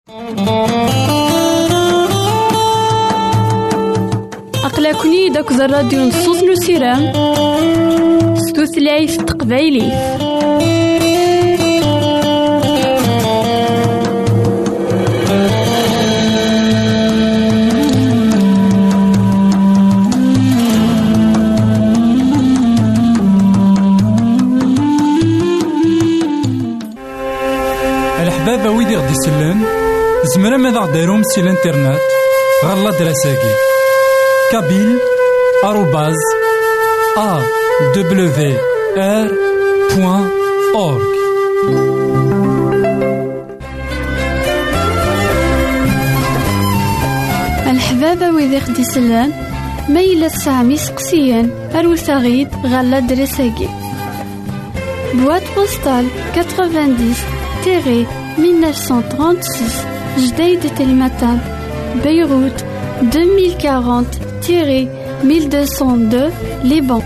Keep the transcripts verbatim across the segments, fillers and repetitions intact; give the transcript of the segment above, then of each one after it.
أقلكني داك الراديو نصوص نسيرام ستوثلايف تقبايلي. الحبابة ويدي غدي يسلم زمرا ماذا غديرهم سي الانترنت غالا دراساكي كابيل آروباز أ دبليو آر بوان أورك. الحبابة ويدي غدي يسلم ميلة سامي سقسيان أروساغيد غالا دراساكي بواد بوستال تسعين mille neuf cent trente-six جديد تلمتان بيروت deux mille quarante mille deux cent deux Liban.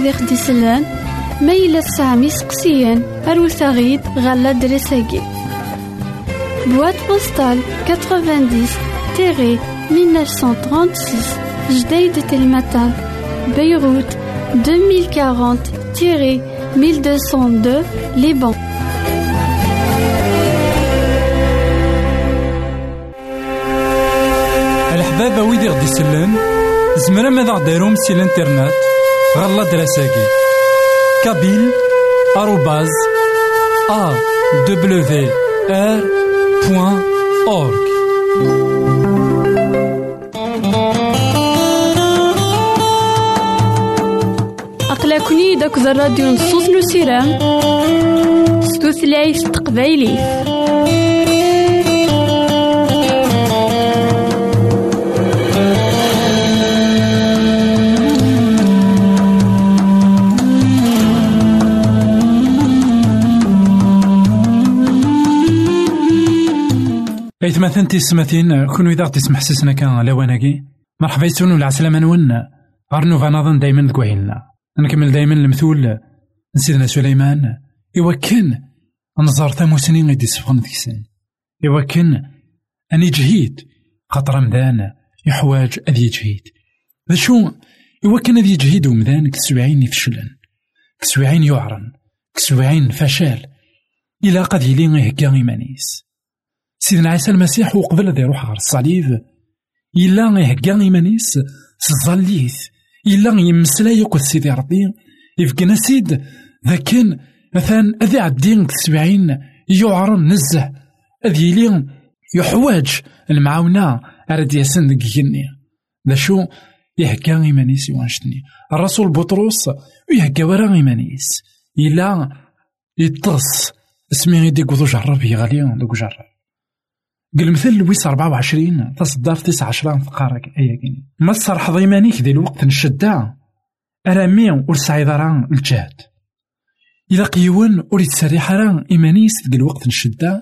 ويدي خدي سلان ميلا سامي سقسيان أروثاغيد غالا دريساكي. Boîte postale quatre-vingt-dix mille neuf cent trente-six Jdeï de Telmatan, Beyrouth deux mille quarante mille deux cent deux Liban. الحبابة ويدي غدي سلان زمرا ماذا غديرهم سي الانترنت غالا دراساكي كابيل آروباز أ دبليو آر بوان أورك. أقلكني داك الراديو نصوص نسيرام ستوثلايف تقبايلي. إذا ثنتي السماتين كونوا إذا تسمح سسنا كان لواناكي مرحبا يسون ولا عسلامة نون غارنو فنظن دايما ذكوهيلنا نكمل دايما المثول سيدنا سليمان إوا كان نزار ثموسني غيدي سفغن ذيكسن إوا كان أني جهيد خاطر مدان يحواج أذي جهيد ذا شو إوا كان أذي جهيد ومدان كسوعين يفشلن كسوعين يعرن كسوعين فشل إلا قد يلين يهكا إيمانيس. سيدنا عيسى المسيح وقبل ذي روح غير الصليب إلا يهكا إيمانيس سزاليث إلا يمسلاي يقول سيدي ربي يفقنا سيد ذا كان مثلا أذي عدين كسبعين يعرن نزه أذي لين يحواج المعاونة أرد يسن دقيقني ذا شو يهكا إيمانيس يوانشتني الرسول بطرس ويهكا ورا إيمانيس إلا يطرس اسمي غيدي قوضو جرب يغاليون دو جرب قل مثل لويس أربعة وعشرين تصدر تسعة عشران فقارك أياكيني ما تصرح ضيمانيك ذي الوقت نشدع أرامي ورسعي ضران الجهد إلا قيون أريد سريح ران إيمانيس ذي الوقت نشدع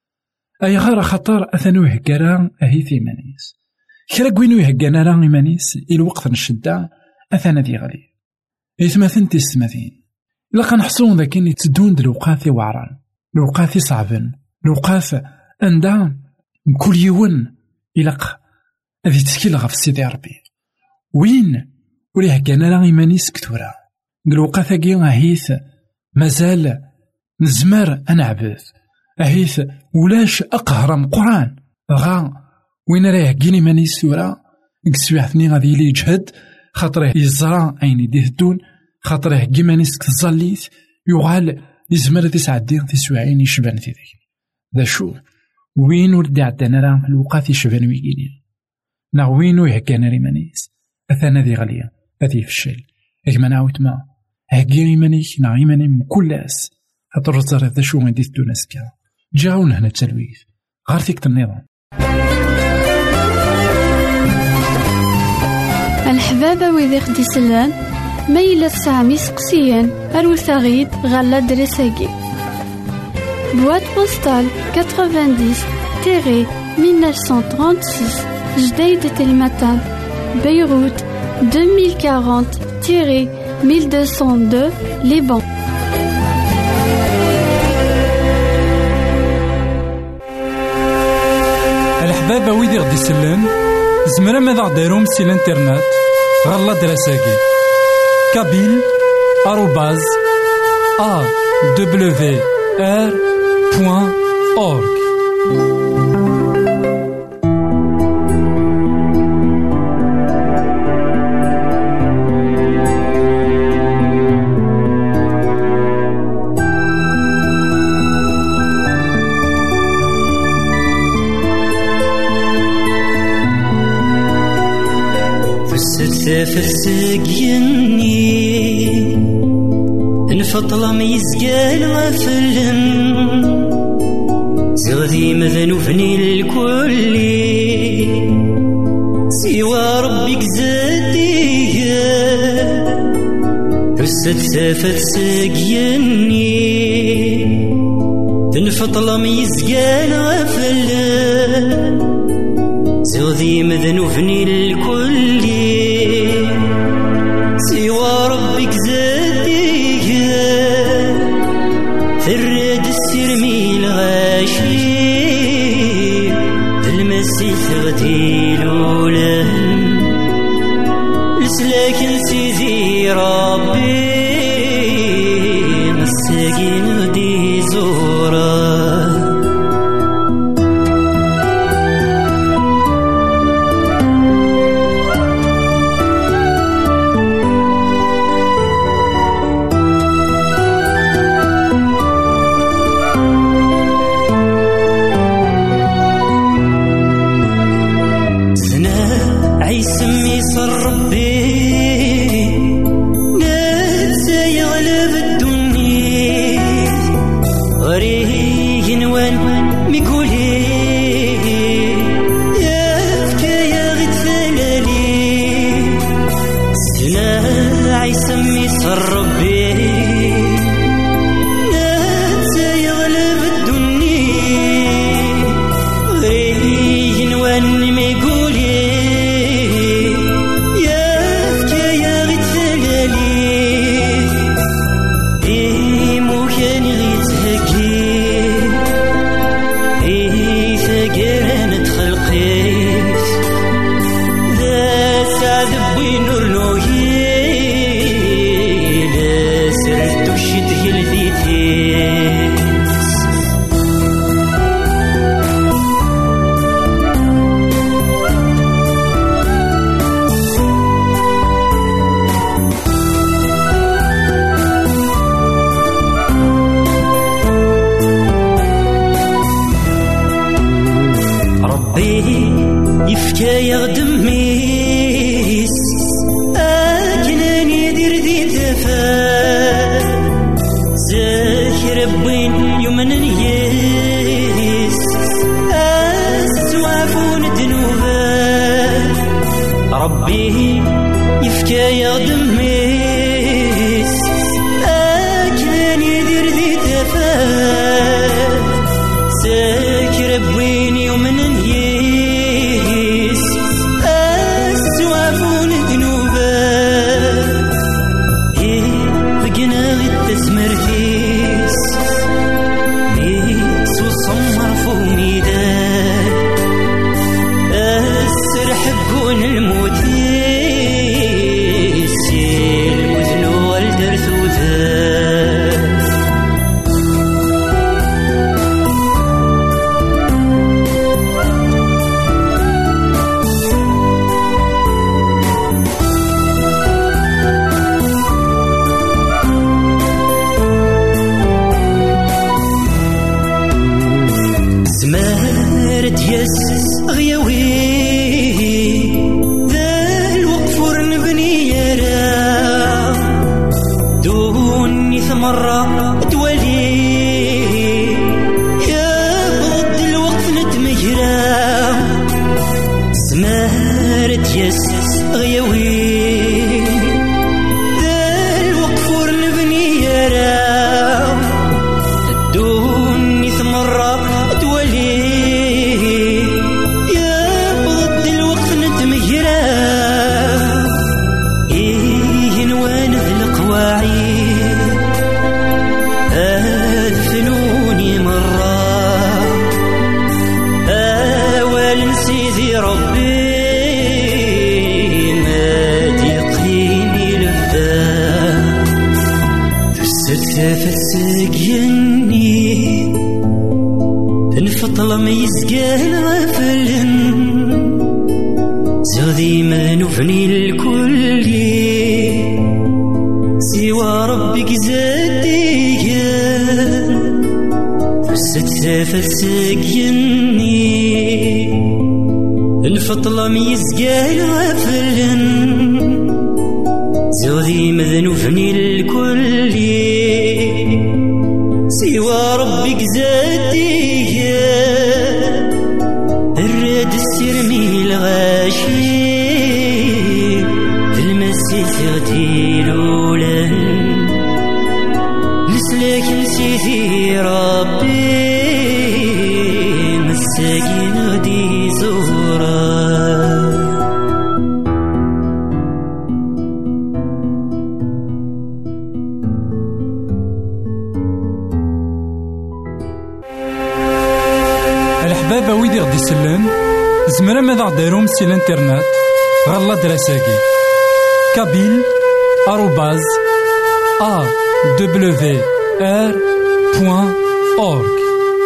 أي غير خطر أثنو يهكران أهيث إيمانيس كرا قوينو يهكانا ران إيمانيس الوقت نشدع أثنى ذي غالي إثماثن تسمثين إلا كنحصون ذاكين يتدون دلوقاثي وعران لوقاثي صعبن لوقاث أندا كل يوم إلق هذه تسكيل غف سيدي ربي وين وليه كان راه إيمانيس كتورا قلوقا ثاقي أهيث مازال نزمر أنعبث أهيث ولاش أقهرم قرآن غا وين راه كين إيمانيس تورا قسويحتني غادي لي يجهد خاطره يزرع عين يديه الدون خاطره كيمانيس كتزاليث يغال يزمر تسعدين تسوعين يشبان في ذيك ذا شو وين ولدي عدنا راه الوقات يشبان ويجيني نا وينو يهكانا ريمانيس أثانا ذي غالية أذي فشل إكما نعاود ما هكي ريمانيك نا ريماني من كل أس هترزر ذا شو غادي تونس كا جاون هنا التلويث غير فيك النظام. الحبابة ويدي خدي سلان ميلا سامي سقسيان أروثاغيد غالا دريساكي. Boîte postale quatre-vingt-dix mille neuf cent trente-six Jdeï de Telmatan, Beyrouth deux mille quarante mille deux cent deux Liban. الحبابة ويدي غدي سلان زمرا ماذا غديرهم سي الانترنت غالا دراساكي كابيل آروباز أ دبليو آر بوان أورك. فسقيني نفطلم يزقال وفلن زغدي مذنوفني الكل سوى ربك زاديه فسقسافة سقيني نفطلم يزقال وفلن زغدي مذنوفني الكل سوى ربك زاديه غريق وان ميقولي يبكى يا غتلالي سنا يسمي سر ربي ناتا يغلب الدنيا غريق وان ميقولي يبكى يا غتلالي إيمو كان غيتهكي إيه ثقران تخلقيت ذا سعد بين النوهي لا سرت وشده لذيتيس يفكى يخدم ميس أكناني دير ذي تفا زاكر بين يومن يس أسوافون دنوبا ربي يفكى يخدم ميس أكناني دير ذي تفا زاكر بين يومن يس أسوافون ذنوبا إيه بقنا غد تسمرتيس ميس وصمر فوميدا أسر حقون الموتيس المذنو والدرثو ذا زمارت يس غيوي ذا الوقفور نبني يرا دوني ثمرة تولي يا ضد الوقف نتمجرا زمارت يس غيوي ذا الوقفور نبني يرا دوني ثمرة تولي يا بضد الوقت نتمهرا إيه نوان ذي القواعي أذفنوني مرة أول سيدي ربي ما تيقيني لفا فالسلسفة سقيني الفطلة ما يسقال غفلن زغذي ما نفني الكل سوى ربك زاديا فالسلسفة سقيني الفطلة ما يسقال غفلن زغذي ما نفني الكل سوى ربك زاديا الرد السرمي الغاشي في المسيس غتيلولا لسلاك نسيتي ربي مساكين غدي زهرا الحبابة ويدي غدي يسلن زمرا ماذا غديرهم سي الانترنت غالا دراساكي كابيل آروباز أ دبليو آر بوان أورك.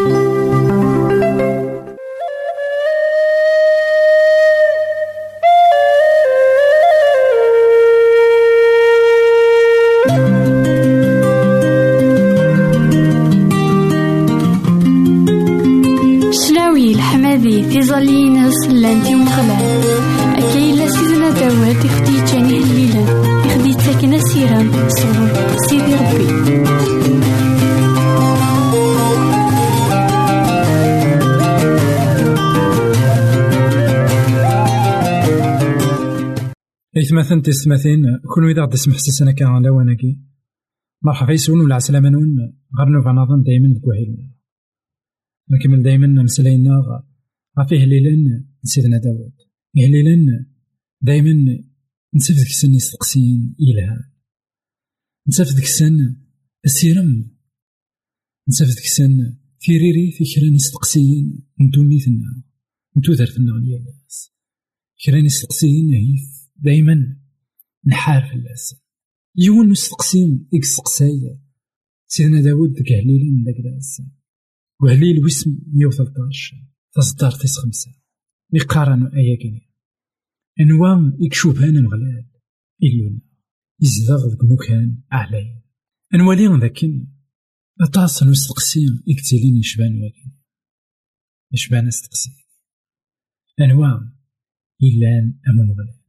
في ظلينس لانتي ومغلان أكيلا سيدنا داوود يخدي جاني الليلة يخدي تاكنا سيران صور سيدي ربي. إثماثن تستماثين كون إذا غد اسم حسسنا كان على وناكي مرحبا يسون ولا عسلامة نون غير نوفا نظن دايما ذكوهيلنا نكمل دايما مسلاينا غافيه ليلا سيدنا داود ليلا دايما نسف ذيك السن يستقسين إلها نسف ذيك السن السيرم نسف ذيك السن في ريري في كران يستقسين ندوني ثنا نتو ذرثنا غنيا الناس كران يستقسين هيف دايما نحار في الناس يون نستقسين إكستقسايا سيدنا داود ذاك هليل ذاك الناس وهليل واسم مية وثلاثطاش تصدر تيس خمسة يقارنوا أياكين أنواع يكشوفان مغلال إليون يزدغ ذاك مكان أعلى أنوالي ذاكن أتعصن وستقسين إكتلين يشبان واكين يشبان استقسين أنواع إلان أمام مغلال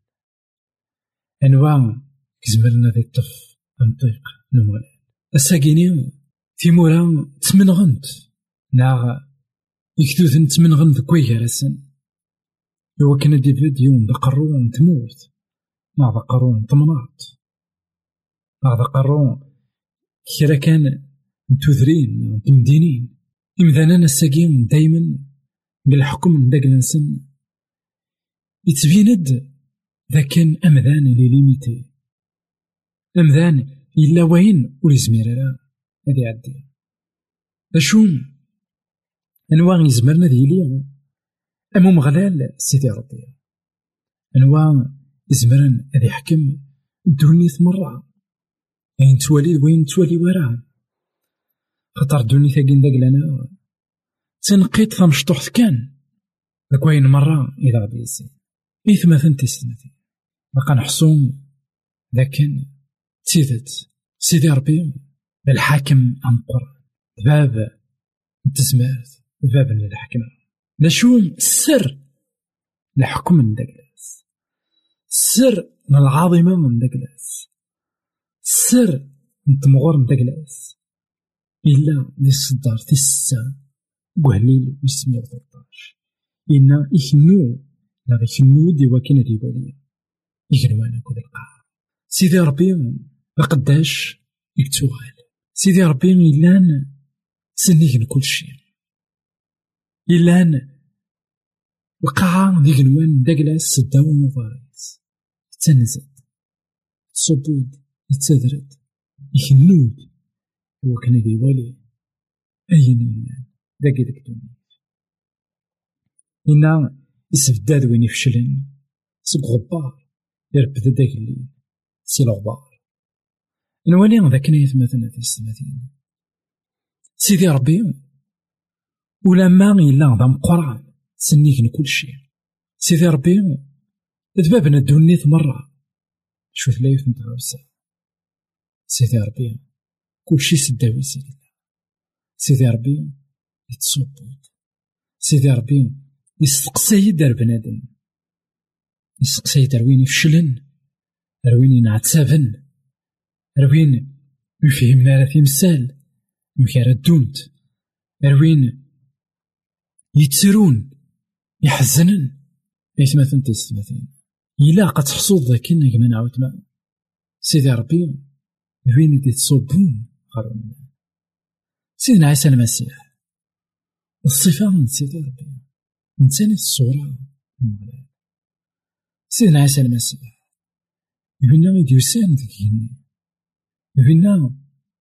أنواع كزمرنا ذي الطف أنطيق نمغلال الساقيني في مورا تمنغنت ناغ يكتوثن تمنغنت كوي هرسن يوا كان ديفيد يوم دقرون تموت مع دقرون تمناط مع دقرون كيرا كان نتوذرين تمدينين إمذانا الساقين دايما بالحكم من داك الانسان يتبيند ذا كان أمذان لي ليميتي أمذان إلا وين وليزمير راه هادي عدي أشوم أنواع يزمرنا ذي ليا أمو مغلال سيدي ربي أنواع يزمرن هذي حكم دونيث مرة يعني توالي وين توالي وراه خطر دوني ثاقين داك لنا تنقيت ثمشطوحت كان ذاك وين مرة إذا غادي يزيد إثماثن تستمثل بقى نحصوم لكن تيدت سيدي ربي الحاكم أمقر باب تسمات باب للحكمة نشوم السر الحكم من داكلاس السر العظيمة من داكلاس السر نتمغور من داكلاس إلا للصدار تسا وهليل وسمية وثلاثطاش إنا إخنو لا إخنو دي وكينا دي ولي إخنوانا كود القاع سيدي ربي لقداش يكتوغال سيدي ربي إلان سنيك كل شيء إلان القاعة ديك نوان داكلاس سداو المفاريس تنزد تصبود يتسدرد يخنود هو كان دي ولي أين إلان داكي داك الدنيا إنا يسفداد وين يفشلن سب غبار يربد داك الليل سي الغبار نوالي ذاك نايت مثلا في السماثين سيدي ربي ولما إلا ضم قرآن سنيك كل شيء سيدي ربي ذبابنا الدنيا مرة شو ثلاث نتغوسا سيدي ربي كل شيء سداوي سيدي سيدي ربي يتصوبود سيدي ربي يستقسي دار بنادم يستقسي دار وين يفشلن روين ينعتسابن روين يفهمنا راه تمثال مكارا دونت روين يتسرون يحزنن يتمثل تيستمثين إلا قد تحصود ذاك كما نعاود ما سيدي ربي وين تتصوبون خرون سيدنا عيسى المسيح الصفة من سيدي ربي من ثاني الصورة المغلال سيدنا عيسى المسيح يبينا يديوسان ذكيني يبينا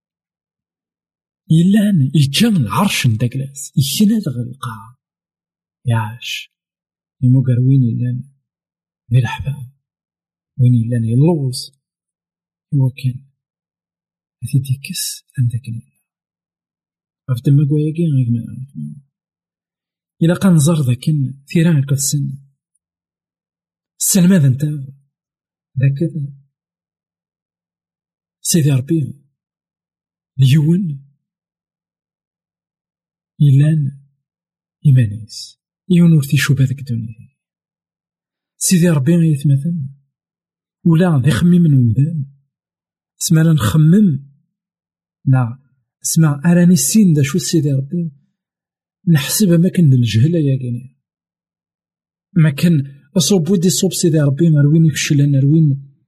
إلان يجان العرش نداكلاس يكنا دغ القاع يعاش يموكر وين إلان ذي الحباب وين إلان يلوز هو كان هذي تيكس عندكني عرفت ما قوياكي غير ما عرفت إلا كان نزار ذاكن ثيران كالسن السن ماذا انت ذاك سيدي ربي ليون إلان إيمانيس يون ورثي شوبا ذاك الدنيا سيدي ربي يتمثل ولا ذي خمي من ودان اسمع نخمم لا اسمع أراني السين دا شو سيدي ربي نحسبها ما كان الجهلة يا كيني ما كان أصوب ودي صوب سيدي ربي مروين يفشلن مروين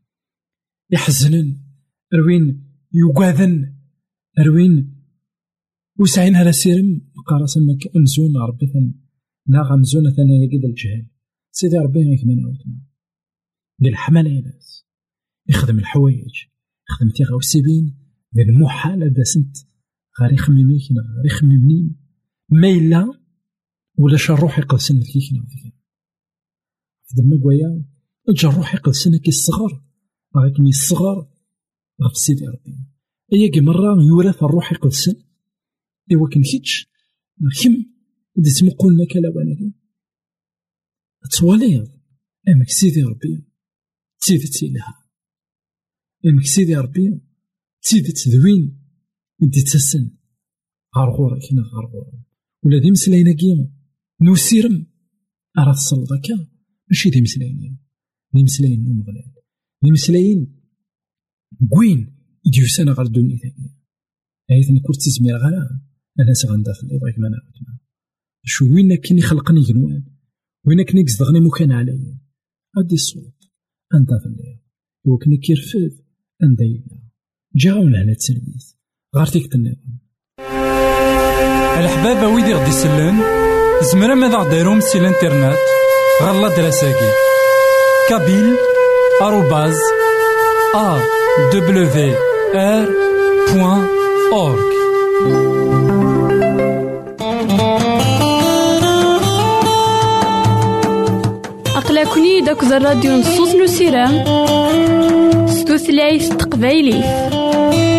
يحزنن، أروين يقاذن، أروين وسعين على سيرم قارس أنك أمزون ربي ثن ناغ أمزون ثانية قد الجهل. سيدي ربي غيك من أوتنا ديال الحمالة يناس يخدم الحوايج، يخدم تيغا وسيبين ديال المحال هذا سنت غير يخممي كنا غير يخممني ما إلا ولا شا الروح يقدسن كيكنا فيك خدم قويا اجا الروح يقدسن كي الصغر غيكني الصغر غف سيدي ربي أياك مرة يورث الروح يقدسن إوا كن كيتش كم إذا تمقولنا كلاوانك تواليض أمك سيدي ربي تيدت إلها، أمك سيدي ربي تيدت ذوين إدي تسن غارغورة كنا غارغورة ولا دي مسلاينا كيما نوسيرم أرى تصلدك ماشي دي مسلايين دي مسلايين نوم غلال دي مسلايين قوين إديوسانا غار دوني ثانية أيثني كورت تزمير غالا أنا سغندا في الإضاء كما نعودنا شو وين كيني خلقني جنوان وين كني قصدغني مكان عليا أدي الصوت أنت في الليل وكني كيرفض أندينا جاونا على التلبيس غارتيك النظام. الحبابة ويدي غدي سلان زمرا ماذا غديرهم سي الانترنت غالا دراساكي كابيل آروباز أ دبليو آر بوان أورك. أقلكني داك الراديو نصوص نسيران ستوثلايف تقبايلي.